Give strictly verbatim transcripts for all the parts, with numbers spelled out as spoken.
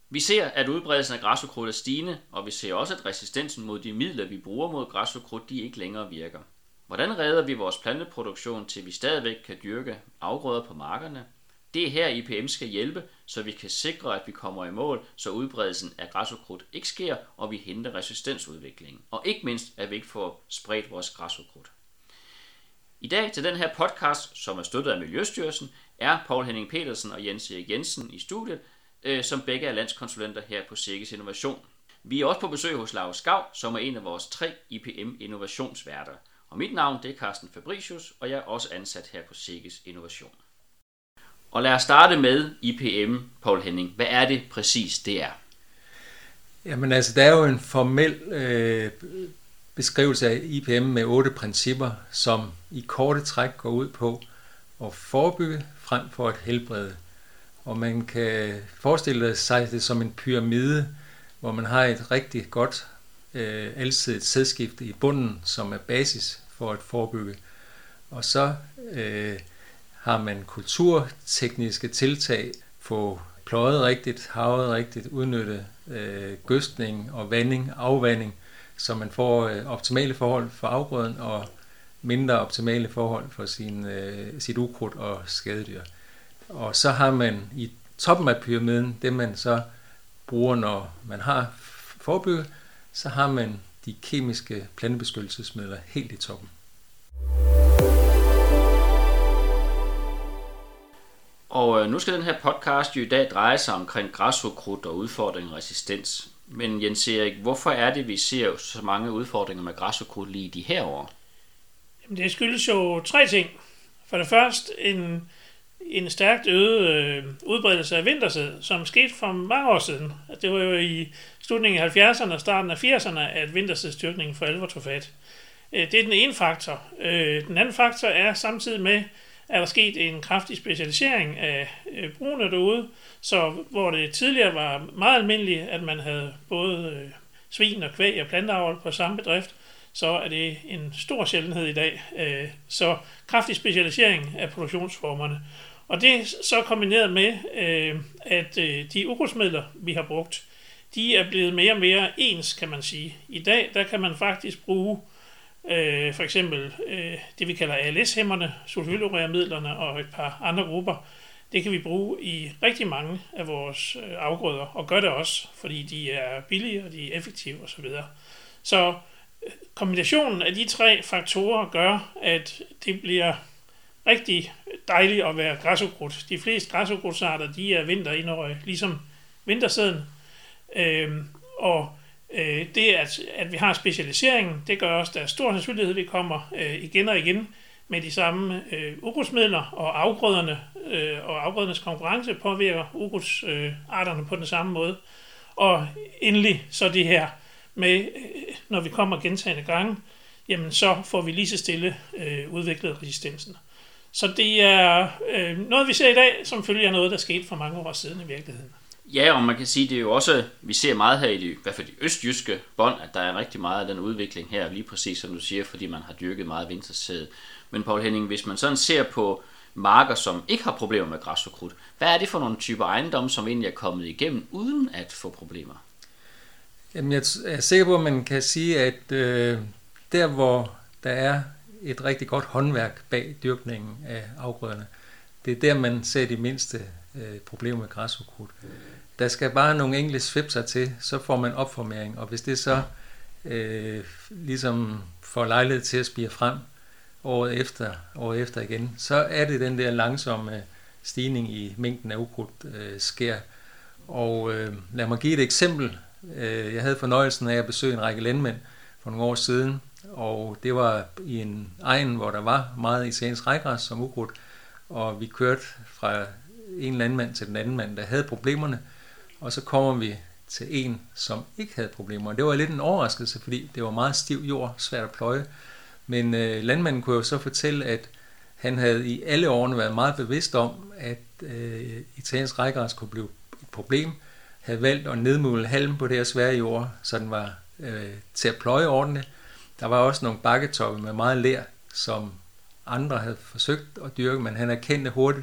Vi ser, at udbredelsen af græsukrudt er stigende, og vi ser også, at resistensen mod de midler, vi bruger mod græsukrudt, de ikke længere virker. Hvordan redder vi vores planteproduktion, til vi stadigvæk kan dyrke afgrøder på markerne? Det er her, I P M skal hjælpe, så vi kan sikre, at vi kommer i mål, så udbredelsen af græsukrudt ikke sker, og vi hindrer resistensudviklingen. Og ikke mindst, at vi ikke får spredt vores græsukrudt. I dag til den her podcast, som er støttet af Miljøstyrelsen, er Poul Henning Petersen og Jens Erik Jensen i studiet, øh, som begge er landskonsulenter her på Sikkes Innovation. Vi er også på besøg hos Laura Skau, som er en af vores tre I P M-innovationsværter. Og mit navn det er Carsten Fabricius, og jeg er også ansat her på Sikkes Innovation. Og lad os starte med I P M, Poul Henning. Hvad er det præcis, det er? Jamen altså, der er jo en formel øh, beskrivelse af I P M med otte principper, som i korte træk går ud på at forebygge frem for at helbrede. Og man kan forestille sig det som en pyramide, hvor man har et rigtig godt øh, alsidigt sædskifte i bunden, som er basis for at forebygge. Og så øh, har man kulturtekniske tiltag, få pløjet rigtigt, havet rigtigt, udnytte øh, gødskning og vanding, afvanding, så man får øh, optimale forhold for afgrøden og mindre optimale forhold for sin, øh, sit ukrudt og skadedyr. Og så har man i toppen af pyramiden, det man så bruger, når man har forebygget, så har man de kemiske plantebeskyttelsesmidler helt i toppen. Og nu skal den her podcast jo i dag dreje sig omkring græsukrudt og udfordring og resistens. Men Jens Erik, hvorfor er det, vi ser så mange udfordringer med græsukrudt lige i de her år? Jamen, det skyldes jo tre ting. For det første en, en stærkt øget øh, udbredelse af vintersæd, som skete for mange år siden. Det var jo i slutningen af halvfjerdserne og starten af firserne, at vintersædstyrkningen for alvor tog fat. Det er den ene faktor. Den anden faktor er samtidig med, er der sket en kraftig specialisering af brugene derude, så hvor det tidligere var meget almindeligt, at man havde både svin og kvæg og planteavl på samme bedrift, så er det en stor sjældenhed i dag. Så kraftig specialisering af produktionsformerne. Og det er så kombineret med, at de ukrudtsmidler, vi har brugt, de er blevet mere og mere ens, kan man sige. I dag der kan man faktisk bruge Øh, for eksempel øh, det vi kalder A L S-hæmmerne, sulfonylurea-midlerne og et par andre grupper. Det kan vi bruge i rigtig mange af vores øh, afgrøder, og gør det også, fordi de er billige og de er effektive osv. Så øh, kombinationen af de tre faktorer gør, at det bliver rigtig dejligt at være græsukrudt. De fleste græsukrudtsarter, de er vinterindårige, ligesom vintersæden. Øh, og Øh, det, at, at vi har specialiseringen, det gør også, at der er stor sandsynlighed, at vi kommer øh, igen og igen med de samme øh, ukrudtsmidler, og afgrøderne øh, og afgrødernes konkurrence påvirker ukrudtsarterne øh, på den samme måde. Og endelig så det her med, øh, når vi kommer gentagne gange, jamen så får vi lige så stille øh, udviklet resistensen. Så det er øh, noget, vi ser i dag, som følger noget, der skete for mange år siden i virkeligheden. Ja, og man kan sige, det er jo også, vi ser meget her i de, i hvert fald de østjyske bånd, at der er rigtig meget af den udvikling her, lige præcis som du siger, fordi man har dyrket meget vintersæd. Men Poul Henning, hvis man sådan ser på marker, som ikke har problemer med græsukrudt, hvad er det for nogle typer ejendomme, som egentlig er kommet igennem uden at få problemer? Jamen, jeg er sikker på, at man kan sige, at øh, der hvor der er et rigtig godt håndværk bag dyrkningen af afgrøderne, det er der, man ser de mindste øh, problemer med græsukrudt. Der skal bare nogle enkelte svipser til, så får man opformering, og hvis det så øh, ligesom får lejlighed til at spire frem året efter, året efter igen, så er det den der langsomme stigning i mængden af ukrudt øh, sker. Og øh, lad mig give et eksempel. Øh, jeg havde fornøjelsen af at besøge en række landmænd for nogle år siden, og det var i en egen, hvor der var meget italiensk rejgræs som ukrudt, og vi kørte fra en landmand til den anden mand, der havde problemerne, og så kommer vi til en, som ikke havde problemer. Det var lidt en overraskelse, fordi det var meget stiv jord, svært at pløje. Men øh, landmanden kunne jo så fortælle, at han havde i alle årene været meget bevidst om, at øh, italiensk rejgræs kunne blive et problem, havde valgt at nedmule halm på det her svære jord, så den var øh, til at pløje ordentligt. Der var også nogle bakketoppe med meget ler, som andre havde forsøgt at dyrke, men han erkendte hurtigt,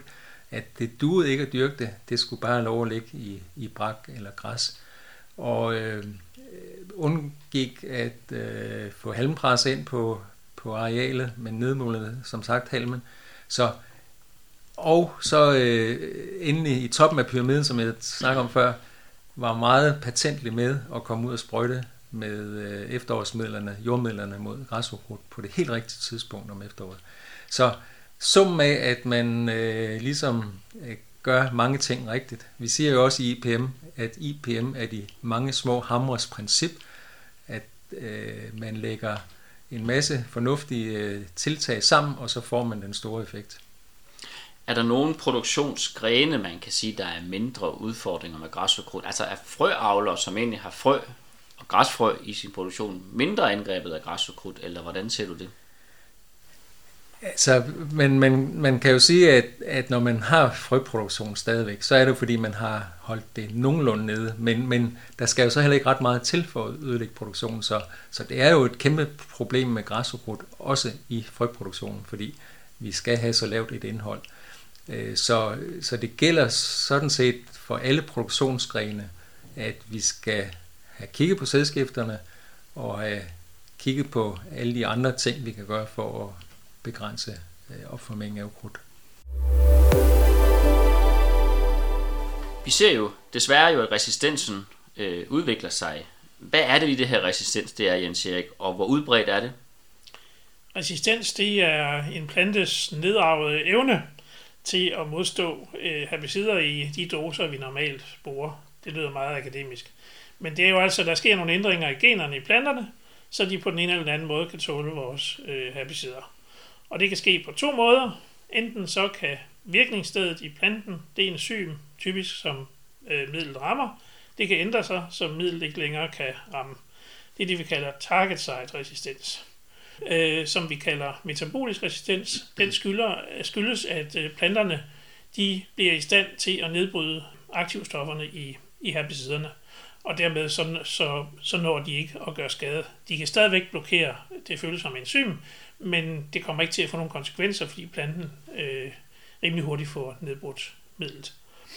at det duede ikke at dyrke det, det skulle bare have lov at ligge i, i brak eller græs. Og øh, undgik at øh, få halmpres ind på, på arealet, men nedmålede som sagt halmen. Så, og så øh, inde i toppen af pyramiden, som jeg snakker om før, var meget patentlig med at komme ud og sprøjte med øh, efterårsmidlerne, jordmidlerne mod græsukrudt på det helt rigtige tidspunkt om efteråret. Så summen af, at man øh, ligesom øh, gør mange ting rigtigt. Vi siger jo også i I P M, at I P M er de mange små hamres princip, at øh, man lægger en masse fornuftige øh, tiltag sammen, og så får man den store effekt. Er der nogle produktionsgrene, man kan sige, der er mindre udfordringer med græsukrudt? Altså er frøavlere, som egentlig har frø og græsfrø i sin produktion, mindre angrebet af græsukrudt, eller hvordan ser du det? Altså, men man, man kan jo sige, at, at når man har frøproduktion stadigvæk, så er det fordi, man har holdt det nogenlunde nede. Men, men der skal jo så heller ikke ret meget til for at ødelægge produktionen. Så, så det er jo et kæmpe problem med græsukrudt, også i frøproduktionen, fordi vi skal have så lavt et indhold. Så, så det gælder sådan set for alle produktionsgrene, at vi skal have kigget på sædskifterne og have kigget på alle de andre ting, vi kan gøre for at begrænse opformeringen af ukrudt. Vi ser jo desværre jo, at resistensen øh, udvikler sig. Hvad er det i det her resistens, det er, Jens Erik, og hvor udbredt er det? Resistens, det er en plantes nedarvede evne til at modstå øh, herbicider i de doser, vi normalt bruger. Det lyder meget akademisk. Men det er jo altså, der sker nogle ændringer i generne i planterne, så de på den ene eller den anden måde kan tåle vores øh, herbicider. Og det kan ske på to måder. Enten så kan virkningsstedet i planten, det enzym, typisk som øh, midlet rammer, det kan ændre sig, så midlet ikke længere kan ramme. Det er det, vi kalder target site resistens. Øh, som vi kalder metabolisk resistens. Den skylder, skyldes, at øh, planterne de bliver i stand til at nedbryde aktivstofferne i, i herbiciderne, og dermed så, så, så når de ikke at gøre skade. De kan stadigvæk blokere det følsomme enzym, men det kommer ikke til at få nogle konsekvenser, fordi planten øh, rimelig hurtigt får nedbrudt midlet.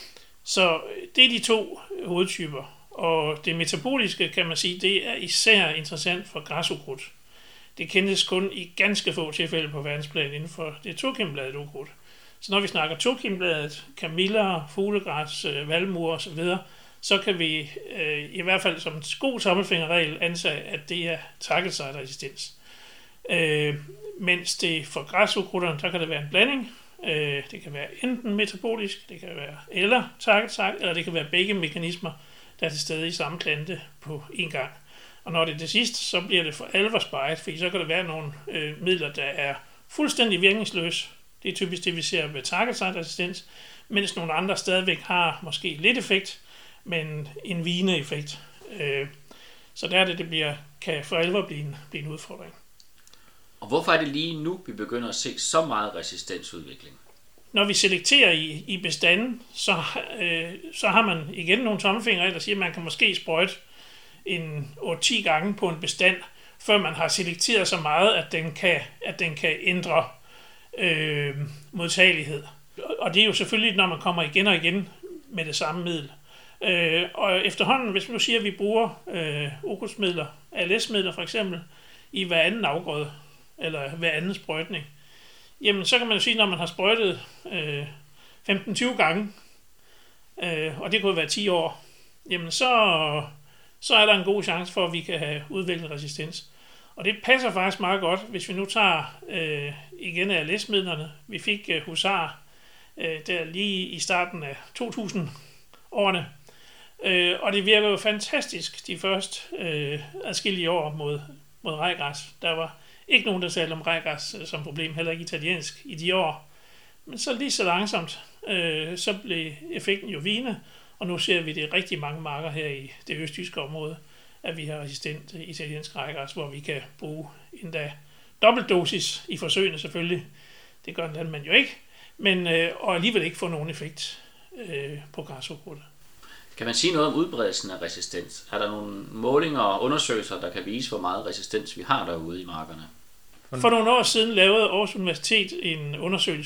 Så det er de to hovedtyper, og det metaboliske, kan man sige, det er især interessant for græsukrudt. Det kendes kun i ganske få tilfælde på verdensplan inden for det tokimebladet ukrudt. Så når vi snakker tokimebladet, kamiller, fuglegræs, valmuer osv., så kan vi øh, i hvert fald som en god tommelfingerregel antage, at det er target site resistens. Øh, mens det for græsukrudterne, der kan det være en blanding. Øh, det kan være enten metabolisk, det kan være eller target site, eller det kan være begge mekanismer, der er til stede i samme plante på én gang. Og når det er det sidste, så bliver det for alvor spejet, fordi så kan der være nogle øh, midler, der er fuldstændig virkningsløse. Det er typisk det, vi ser ved target site resistens, mens nogle andre stadigvæk har måske lidt effekt, men en vigende effekt. Øh, så der er det, det bliver, kan for alvor blive en, blive en udfordring. Og hvorfor er det lige nu, vi begynder at se så meget resistensudvikling? Når vi selekterer i, i bestanden, så, øh, så har man igen nogle tommelfingre, der siger, at man kan måske sprøjte en otte til ti gange på en bestand, før man har selekteret så meget, at den kan, at den kan ændre øh, modtagelighed. Og det er jo selvfølgelig, når man kommer igen og igen med det samme middel. Øh, og efterhånden, hvis man nu siger, at vi bruger øh, ukrudtsmidler, A L S-midler for eksempel, i hver anden afgrøde, eller hver anden sprøjtning, jamen så kan man jo sige, når man har sprøjtet øh, femten til tyve gange, øh, og det kunne være ti år, jamen så, så er der en god chance for, at vi kan have udviklet resistens. Og det passer faktisk meget godt, hvis vi nu tager øh, igen A L S-midlerne. Vi fik øh, Husar øh, der lige i starten af to tusind-årene, øh, og det virker jo fantastisk de første øh, adskillige år mod, mod rejgræs. Der var ikke nogen, der talte om rejgræs som problem, heller ikke italiensk i de år. Men så lige så langsomt, øh, så blev effekten jo vigende, og nu ser vi det rigtig mange marker her i det østjyske område, at vi har resistent italiensk rejgræs, hvor vi kan bruge endda dobbeltdosis i forsøgene selvfølgelig. Det gør en landmand jo ikke, men øh, og alligevel ikke få nogen effekt øh, på græsukrudt. Kan man sige noget om udbredelsen af resistens? Er der nogle målinger og undersøgelser, der kan vise, hvor meget resistens vi har derude i markerne? For nogle år siden lavede Aarhus Universitet en undersøgelse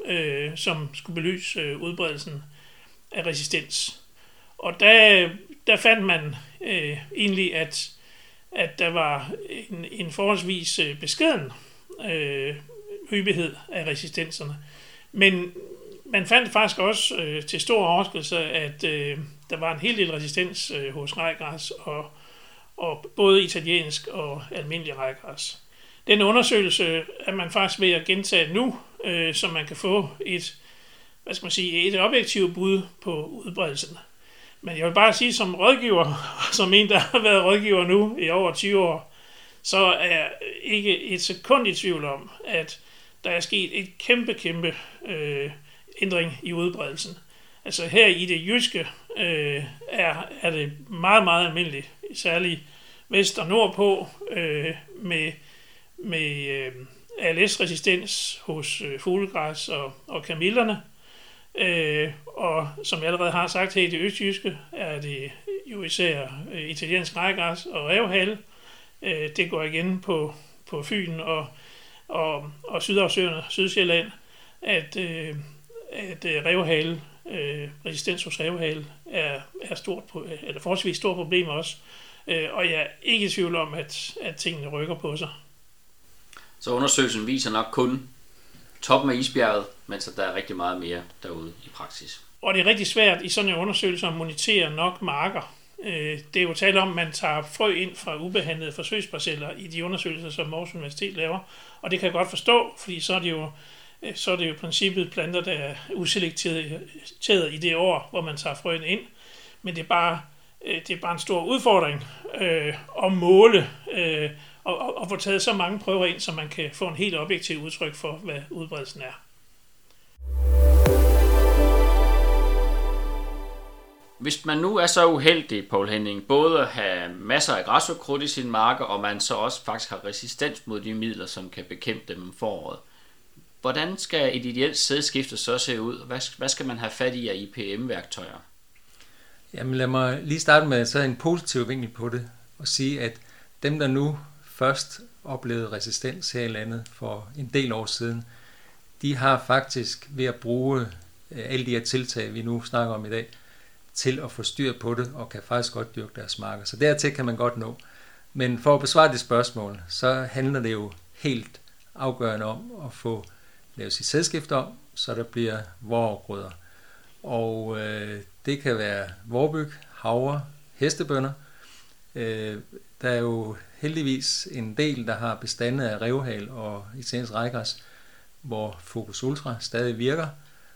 øh, som skulle belyse øh, udbredelsen af resistens. Og der, der fandt man øh, egentlig, at, at der var en, en forholdsvis øh, beskeden øh, hyppighed af resistenserne. Men man fandt faktisk også øh, til stor overraskelse, at øh, der var en hel del resistens øh, hos rejgræs, og, og både italiensk og almindelig rejgræs. Den undersøgelse er man faktisk ved at gentage nu, øh, så man kan få et, hvad skal man sige, et objektivt bud på udbredelsen. Men jeg vil bare sige, som rådgiver, som en, der har været rådgiver nu i over tyve år, så er jeg ikke et sekund i tvivl om, at der er sket et kæmpe, kæmpe øh, ændring i udbredelsen. Altså her i det jyske øh, er, er det meget, meget almindeligt, særligt vest og nordpå, øh, med, med øh, A L S-resistens hos øh, fuglegræs og, og kamillerne. Øh, og som jeg allerede har sagt her i det østjyske, er det jo især øh, italiensk rejgræs og rævehale. Øh, det går igen på, på Fyn og, og, og Sydhavsøerne, Sydsjælland, at, øh, at øh, rævehale, øh, resistens hos rævehale er, er stort, eller forholdsvis stort problem også. Øh, og jeg er ikke i tvivl om, at, at tingene rykker på sig. Så undersøgelsen viser nok kun toppen af isbjerget, mens der er rigtig meget mere derude i praksis. Og det er rigtig svært i sådan en undersøgelse at monitere nok marker. Det er jo tale om, at man tager frø ind fra ubehandlede forsøgsparceller i de undersøgelser, som Aarhus Universitet laver. Og det kan jeg godt forstå, fordi så er det jo, så er det jo i princippet planter, der er uselekteret i det år, hvor man tager frøene ind. Men det er bare, det er bare en stor udfordring øh, at måle øh, og, og, og få taget så mange prøver ind, så man kan få en helt objektiv udtryk for, hvad udbredelsen er. Hvis man nu er så uheldig, Poul Henning, både at have masser af græsukrudt i sine marker, og man så også faktisk har resistens mod de midler, som kan bekæmpe dem om foråret, hvordan skal et ideelt sædskifte så se ud? Hvad, hvad skal man have fat i af I P M-værktøjer? Jamen lad mig lige starte med så en positiv vinkel på det, og sige, at dem, der nu først oplevede resistens her i landet for en del år siden, de har faktisk ved at bruge alle de her tiltag, vi nu snakker om i dag, til at få styr på det, og kan faktisk godt dyrke deres marker. Så dertil kan man godt nå. Men for at besvare det spørgsmål, så handler det jo helt afgørende om at få lavet sit sædskift om, så der bliver vårafgrøder. Og øh, det kan være vårbyg, havre, hestebønner. Øh, der er jo heldigvis en del, der har bestande af rævehal og italiensk rejgræs, hvor Focus Ultra stadig virker.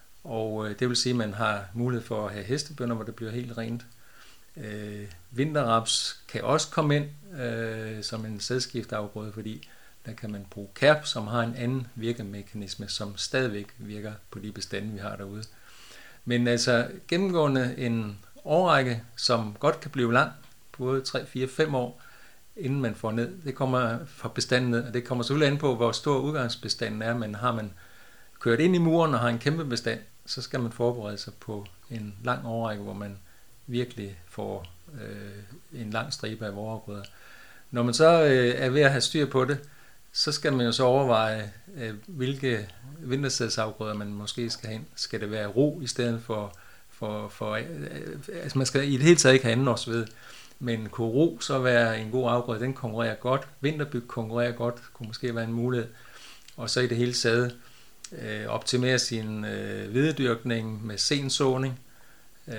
Og det vil sige, at man har mulighed for at have hestebønner, hvor det bliver helt rent. Øh, vinterraps kan også komme ind øh, som en sædskifteafgrøde, fordi der kan man bruge kærp, som har en anden virkemekanisme, som stadigvæk virker på de bestande, vi har derude. Men altså gennemgående en årrække, som godt kan blive lang, både tre, fire, fem år, inden man får ned. Det kommer fra bestanden ned, og det kommer selvfølgelig an på, hvor stor udgangsbestanden er, men har man kørt ind i muren og har en kæmpe bestand, så skal man forberede sig på en lang årrække, hvor man virkelig får øh, en lang stribe af vårafgrøder. Når man så øh, er ved at have styr på det, så skal man jo så overveje, øh, hvilke vintersædsafgrøder man måske skal have. Skal det være ro i stedet for, for, for øh, altså man skal i det hele taget ikke have andenårsved, men kunne ro så være en god afgrøde, den konkurrerer godt. Vinterbyg konkurrerer godt, kunne måske være en mulighed. Og så i det hele taget øh, optimere sin øh, hvededyrkning med sensåning, øh,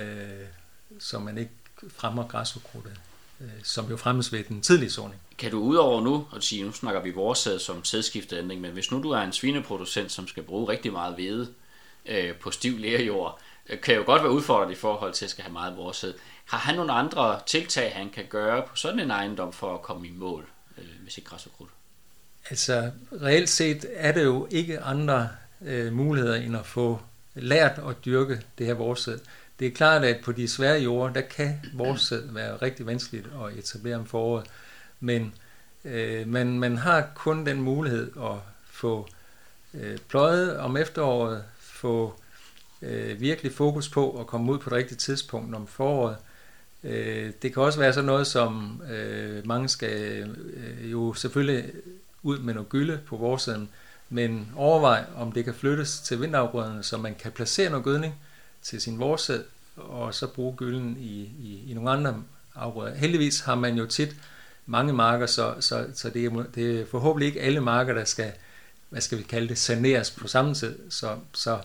så man ikke fremmer græsukrudtet, øh, som jo fremmes ved den tidlige såning. Kan du udover nu, og sige, nu snakker vi vårsæd som sædskifteændring, men hvis nu du er en svineproducent, som skal bruge rigtig meget hvede øh, på stiv lerjord, øh, kan jo godt være udfordret i forhold til at skal have meget vårsæd. Har han nogle andre tiltag, han kan gøre på sådan en ejendom for at komme i mål øh, med sit græsukrudt? Altså reelt set er det jo ikke andre øh, muligheder end at få lært at dyrke det her vårsæd. Det er klart, at på de svære jorder, der kan vårsæd være rigtig vanskeligt at etablere om foråret, men øh, man, man har kun den mulighed at få øh, pløjet om efteråret, få øh, virkelig fokus på at komme ud på det rigtige tidspunkt om foråret. Øh, det kan også være sådan noget, som øh, mange skal øh, jo selvfølgelig ud med noget gylde på vårsæden, Men overvej, om det kan flyttes til vinterafgrøderne, så man kan placere noget gødning til sin vårsæd, og så bruge gylden i, i, i nogle andre afgrøder. Heldigvis har man jo tit mange marker, så, så, så det, er, det er forhåbentlig ikke alle marker, der skal, hvad skal vi kalde det, saneres på samme tid. Så, så,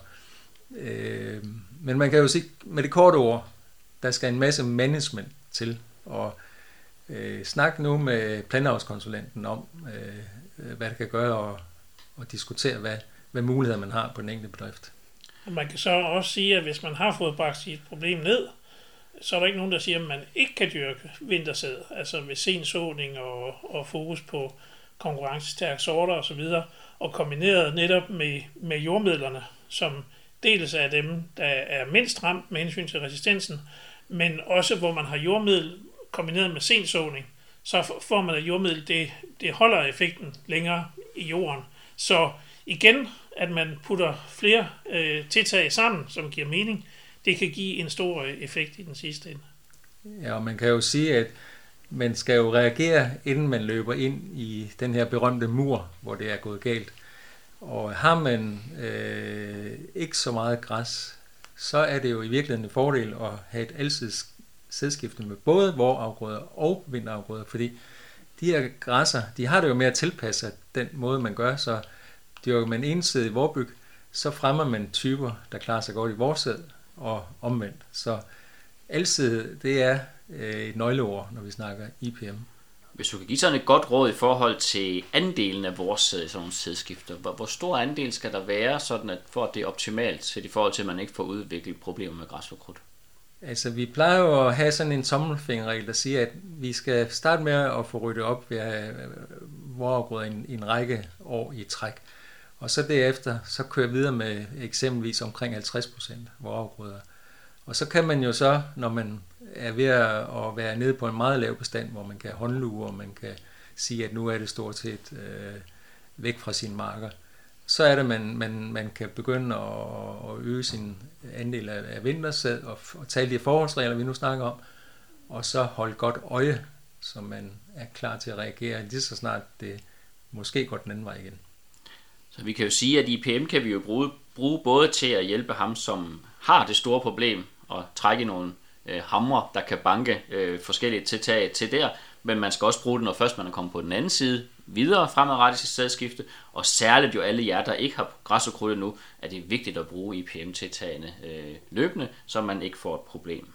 øh, men man kan jo sige, med det korte ord, der skal en masse management til, og øh, snak nu med planteavlskonsulenten om, øh, hvad det kan gøre, og, og diskutere, hvad, hvad muligheder man har på den enkelte bedrift. Og man kan så også sige, at hvis man har fået bragt sit problem ned, så er der ikke nogen, der siger, at man ikke kan dyrke vintersæd, altså ved sen såning og, og fokus på konkurrencestærke sorter osv., og kombineret netop med, med jordmidlerne, som dels er dem, der er mindst ramt med hensyn til resistensen, men også hvor man har jordmiddel kombineret med sen såning, så får man, at jordmiddel det, det holder effekten længere i jorden. Så igen, at man putter flere øh, tiltag sammen, som giver mening, det kan give en stor effekt i den sidste ende. Ja, og man kan jo sige, at man skal jo reagere, inden man løber ind i den her berømte mur, hvor det er gået galt. Og har man øh, ikke så meget græs, så er det jo i virkeligheden en fordel at have et alsidigt sædskifte med både vårafgrøder og vinterafgrøder, fordi de her græsser, de har det jo med at tilpasse den måde, man gør, så dyrker man ensidigt vårbyg, så fremmer man typer, der klarer sig godt i vårsæd og omvendt. Så alsidighed, det er et nøgleord, når vi snakker I P M. Hvis du kan give sådan et godt råd i forhold til andelen af vårsæd i sådan nogle sædskifter, hvor, hvor stor andel skal der være, sådan at for at det er optimalt, set i forhold til, at man ikke får udviklet problemer med græsukrudt? Altså, vi plejer jo at have sådan en tommelfingerregel, der siger, at vi skal starte med at få ryddet op ved at have vårafgrøder i en række år i træk. Og så derefter, så kører videre med eksempelvis omkring halvtreds procent vårafgrøder. Og så kan man jo så, når man er ved at være nede på en meget lav bestand, hvor man kan håndluge, og man kan sige, at nu er det stort set øh, væk fra sine marker, så er det, man, man, man kan begynde at, at øge sin andel af, af vintersæd og, og tage de forholdsregler, vi nu snakker om, og så holde godt øje, så man er klar til at reagere lige så snart det måske går den anden vej igen. Så vi kan jo sige, at I P M kan vi jo bruge, bruge både til at hjælpe ham, som har det store problem, og trække nogle øh, hamre, der kan banke øh, forskellige tiltag til der, men man skal også bruge det, når først man er kommet på den anden side, videre fremadrettet i sædskifte, og særligt jo alle jer, der ikke har græsukrudt endnu, er det vigtigt at bruge I P M-tiltagene øh, løbende, så man ikke får et problem.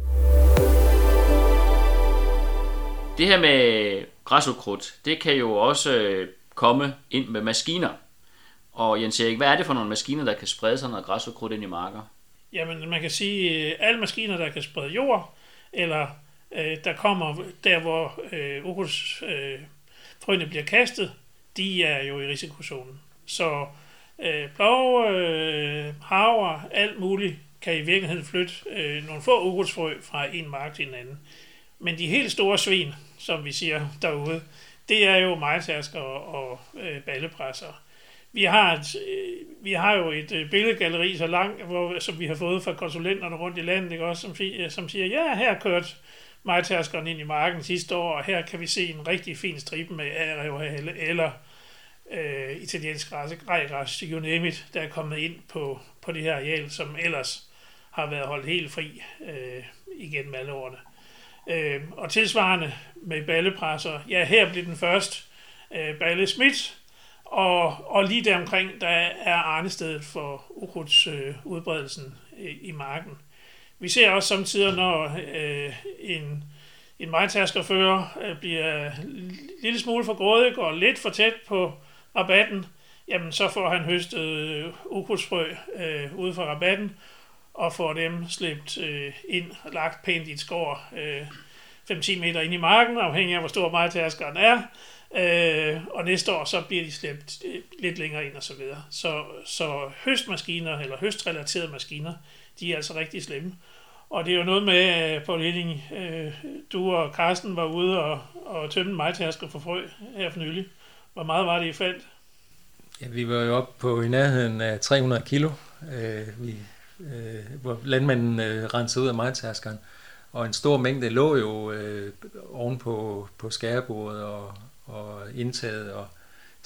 Det her med græsukrudt, det kan jo også øh, komme ind med maskiner. Og Jens Erik, hvad er det for nogle maskiner, der kan sprede sig noget græsukrudt ind i marker? Jamen, man kan sige, at alle maskiner, der kan sprede jord, eller øh, der kommer der, hvor øh, ukrudtsfrøene øh, bliver kastet, de er jo i risikozonen. Så øh, plov, øh, havre, alt muligt kan i virkeligheden flytte øh, nogle få ukrudtsfrø fra en mark til en anden. Men de helt store svin, som vi siger derude, det er jo mejetærsker og, og øh, ballepresser. Vi har, et, vi har jo et billedgalleri så langt, hvor, som vi har fået fra konsulenterne rundt i landet, ikke, også, som, som siger, ja, her kørte mejetærskeren ind i marken sidste år, og her kan vi se en rigtig fin stribe med arevhale eller øh, italiensk rejegræs, you name it, der er kommet ind på, på det her areal, som ellers har været holdt helt fri øh, igennem alle årene. Øh, og tilsvarende med ballepresser, ja, her blev den første øh, Balle Schmidt, Og, og lige deromkring, der er arnestedet for ukrudtsudbredelsen øh, i marken. Vi ser også samtidig, når øh, en, en mejetærskerfører øh, bliver en lille smule for grådig, går lidt for tæt på rabatten, jamen så får han høstet øh, ukrudtsfrø øh, ude fra rabatten, og får dem slæbt øh, ind og lagt pænt i et skår øh, fem til ti meter ind i marken, afhængig af hvor stor mejetærskeren er. Øh, og næste år så bliver de slæbt øh, lidt længere ind og så videre. Så, så høstmaskiner eller høstrelaterede maskiner, de er altså rigtig slemme. Og det er jo noget med, øh, Poul Henning, øh, du og Carsten var ude og, og tømte mejetærsker for frø her for nylig. Hvor meget var det, I fandt? Ja, vi var jo oppe på i nærheden af tre hundrede kilo, øh, vi, øh, hvor landmanden øh, rensede ud af mejetærskeren. Og en stor mængde lå jo øh, oven på, på skærebordet og, og indtaget og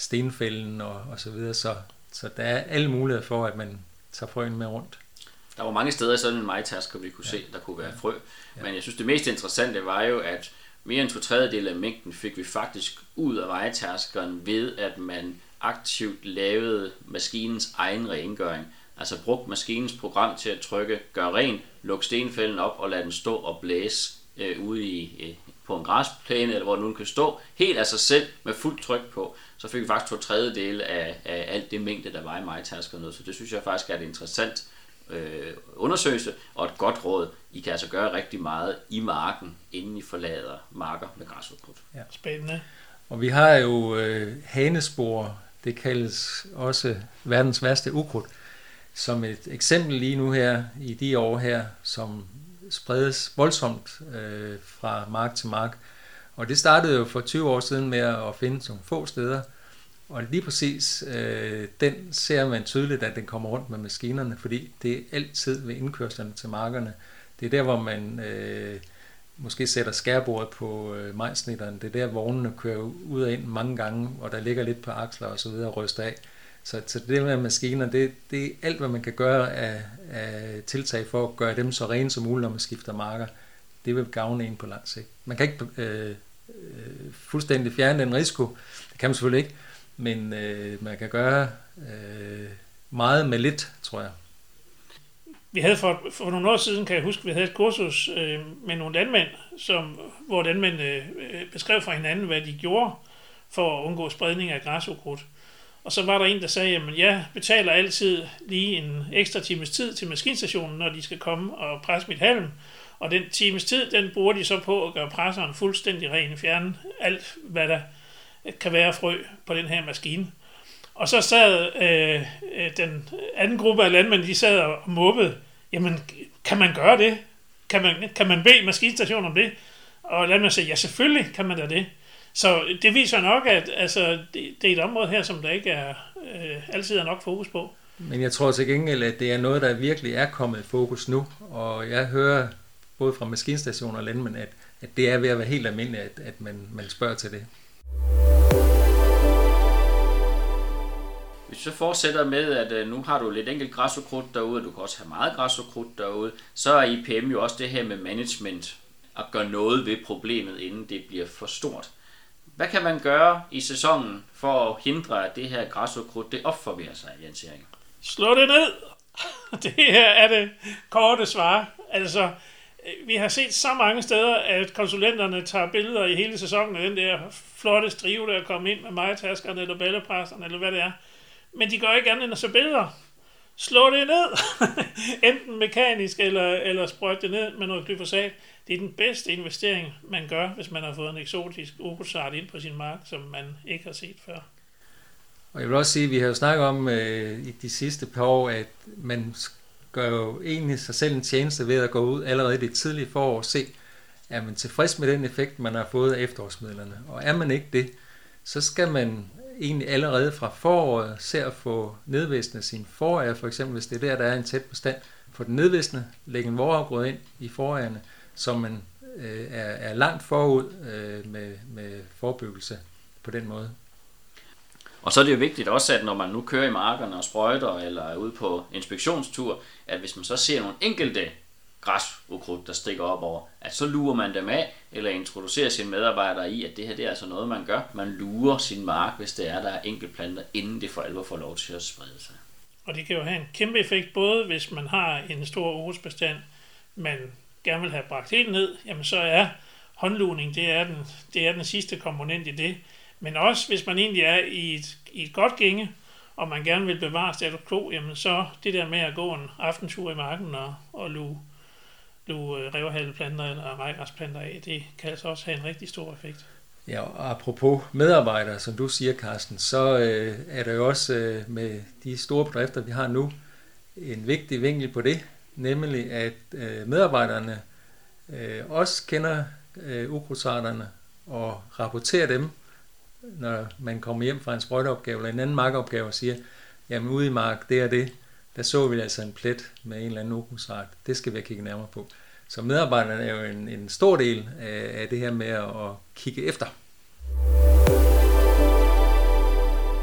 stenfælden og, og så videre. Så, så der er alle muligheder for, at man tager frøen med rundt. Der var mange steder sådan en majtasker, vi kunne ja. se, der kunne være frø. Ja. Men jeg synes, det mest interessante var jo, at mere end to tredjedel af mængden fik vi faktisk ud af majtaskeren ved, at man aktivt lavede maskinens egen rengøring. Altså brugte maskinens program til at trykke, gøre ren, lukke stenfælden op og lade den stå og blæse øh, ude i, øh, på en græsplæne, eller hvor den nu kan stå, helt af sig selv med fuldt tryk på. Så fik vi faktisk to tredjedel af, af alt det mængde, der var i majtaskeren. Så det synes jeg faktisk er et interessant øh, undersøgelse og et godt råd. I kan altså gøre rigtig meget i marken, inden I forlader marker med græsukrudt. Ja. Spændende. Og vi har jo øh, hanespor, det kaldes også verdens værste ukrudt, som et eksempel lige nu her, i de år her, som spredes voldsomt øh, fra mark til mark. Og det startede jo for tyve år siden med at finde nogle få steder, og lige præcis øh, den ser man tydeligt, at den kommer rundt med maskinerne, fordi det er altid ved indkørslerne til markerne. Det er der, hvor man øh, måske sætter skærbordet på øh, majsnitteren. Det er der, vognene kører ud og ind mange gange, og der ligger lidt på aksler og så videre og ryster af. Så, så det med maskiner, det, det er alt, hvad man kan gøre af, af tiltag for at gøre dem så rene som muligt, når man skifter marker. Det vil gavne en på lang sigt. Man kan ikke øh, øh, fuldstændig fjerne den risiko. Det kan man selvfølgelig ikke. Men øh, man kan gøre øh, meget med lidt, tror jeg. Vi havde for, for nogle år siden, kan jeg huske, vi havde et kursus øh, med nogle landmænd, som, hvor landmændene øh, beskrev for hinanden, hvad de gjorde for at undgå spredning af græsukrudt. Og så var der en, der sagde, at jeg betaler altid lige en ekstra times tid til maskinstationen, når de skal komme og presse mit halm. Og den times tid, den bruger de så på at gøre presseren fuldstændig ren, fjerne alt, hvad der kan være frø på den her maskine. Og så sad øh, den anden gruppe af landmænd, de sad og mobbede. Jamen, kan man gøre det? Kan man, kan man bede maskinstationen om det? Og landmænd sagde, ja, selvfølgelig kan man da det. Så det viser nok, at altså, det, det er et område her, som der ikke er øh, altid er nok fokus på. Men jeg tror til gengæld, at det er noget, der virkelig er kommet i fokus nu. Og jeg hører både fra maskinstationer og landmænd, at, at det er ved at være helt almindeligt, at, at man, man spørger til det. Hvis du så fortsætter med, at nu har du lidt enkelt græsukrudt derude, og du kan også have meget græsukrudt derude, så er I P M jo også det her med management, at gøre noget ved problemet, inden det bliver for stort. Hvad kan man gøre i sæsonen for at hindre, at det her græsukrudt, det opformerer sig, Jens Erik? Slå det ned! Det her er det korte svar. Altså, vi har set så mange steder, at konsulenterne tager billeder i hele sæsonen af den der flotte strive, der er kommet ind med majtaskerne eller bællepresserne, eller hvad det er. Men de gør ikke andet end at se billeder. Slå det ned! Enten mekanisk eller, eller sprøjt det ned med noget glyfosat. Det er den bedste investering, man gør, hvis man har fået en eksotisk ukrudtsart ind på sin mark, som man ikke har set før. Og jeg vil også sige, at vi har jo snakket om øh, i de sidste par år, at man gør jo egentlig sig selv en tjeneste ved at gå ud allerede i det tidlige forår og se, er man tilfreds med den effekt, man har fået af efterårsmidlerne. Og er man ikke det, så skal man egentlig allerede fra foråret se at få nedvisnet sine forårer, for eksempel hvis det er der, der er en tæt bestand, få den nedvisnet, lægge en vårafgrøde ind i forårene, så man øh, er, er langt forud øh, med, med forebyggelse på den måde. Og så er det jo vigtigt også, at når man nu kører i markerne og sprøjter eller er ude på inspektionstur, at hvis man så ser nogle enkelte græsukrudt, der stikker op over, at så lurer man dem af, eller introducerer sine medarbejdere i, at det her det er altså noget, man gør. Man lurer sin mark, hvis det er, der er enkeltplanter, inden det for alvor får lov til at sprede sig. Og det kan jo have en kæmpe effekt, både hvis man har en stor ukrudtsbestand, man gerne vil have bragt helt ned, jamen så er håndlugning, det er den, det er den sidste komponent i det. Men også hvis man egentlig er i et, i et godt gænge, og man gerne vil bevare status quo, jamen så det der med at gå en aftentur i marken og, og luge, luge revhalleplanter eller rejgræsplanter af, det kan altså også have en rigtig stor effekt. Ja, og apropos medarbejdere, som du siger, Carsten, så øh, er der jo også øh, med de store bedrifter, vi har nu, en vigtig vinkel på det, nemlig at øh, medarbejderne øh, også kender øh, ukrudtsarterne og rapporterer dem, når man kommer hjem fra en sprøjteopgave eller en anden markopgave og siger, jamen ude i mark, det er det, der så vi altså en plet med en eller anden ukrudtsart. Det skal vi have kigget nærmere på. Så medarbejderne er jo en, en stor del af, af det her med at, at kigge efter.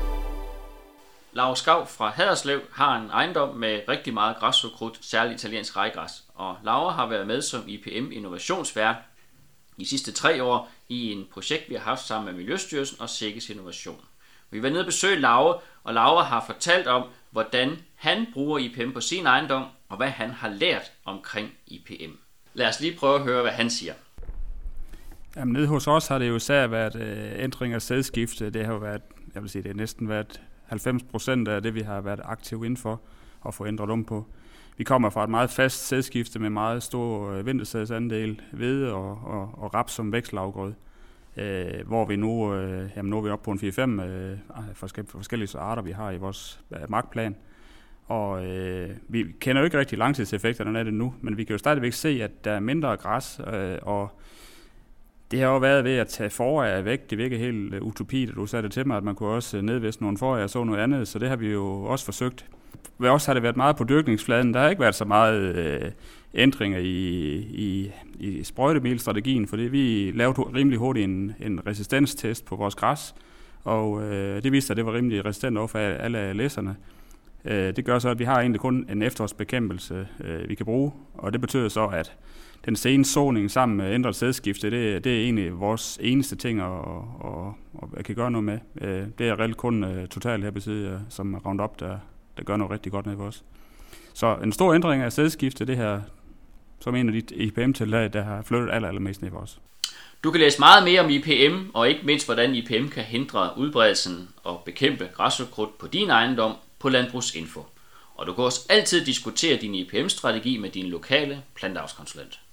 Laura Skav fra Haderslev har en ejendom med rigtig meget græsukrudt, særligt italiensk rejgræs. Og Laura har været med som I P M innovationsvært de sidste tre år i en projekt, vi har haft sammen med Miljøstyrelsen og Sikkes Innovation. Vi var nede og besøge Laura, og Laura har fortalt om, hvordan han bruger I P M på sin ejendom, og hvad han har lært omkring I P M. Lad os lige prøve at høre, hvad han siger. Jamen, nede hos os har det jo især været øh, ændring af sædskifte. Det har jo været, jeg vil sige, det har næsten været halvfems procent af det, vi har været aktive inden for at få ændret om på. Vi kommer fra et meget fast sædskifte med meget stor øh, vintersædsandel, hvede og, og, og raps som vækstlavgrød. Øh, hvor vi nu, øh, jamen nu er vi oppe på en fire fem øh, forskellige, forskellige arter, vi har i vores øh, markplan. Og øh, vi kender jo ikke rigtig langtidseffekterne af det nu, men vi kan jo stadigvæk se, at der er mindre græs, øh, og det har jo været ved at tage foråret væk. Det virker helt uh, utopi, da du sagde det til mig, at man kunne også nedvæste nogle foråret og så noget andet, så det har vi jo også forsøgt. Ved os har det været meget på dyrkningsfladen. Der har ikke været så meget øh, ændringer i, i, i sprøjtemiddelstrategien, fordi vi lavede rimelig hurtigt en, en resistenstest på vores græs, og øh, det viste, at det var rimelig resistent over for alle læserne. Øh, det gør så, at vi har egentlig kun en efterårsbekæmpelse, øh, vi kan bruge, og det betyder så, at den sene såning sammen med ændret sædskifte, det, det er egentlig vores eneste ting, at, at, at, at kan gøre noget med. Øh, det er reelt kun uh, totalt her besiddet, som Roundup, der, der gør noget rigtig godt ned for os. Så en stor ændring af sædskifte, det her som en af de I P M-tiltag, der har flyttet aller, allermest ned for os. Du kan læse meget mere om I P M, og ikke mindst hvordan I P M kan hindre udbredelsen og bekæmpe græsukrudt på din ejendom på Landbrugsinfo. Og du kan også altid diskutere din I P M-strategi med din lokale planteavlskonsulent.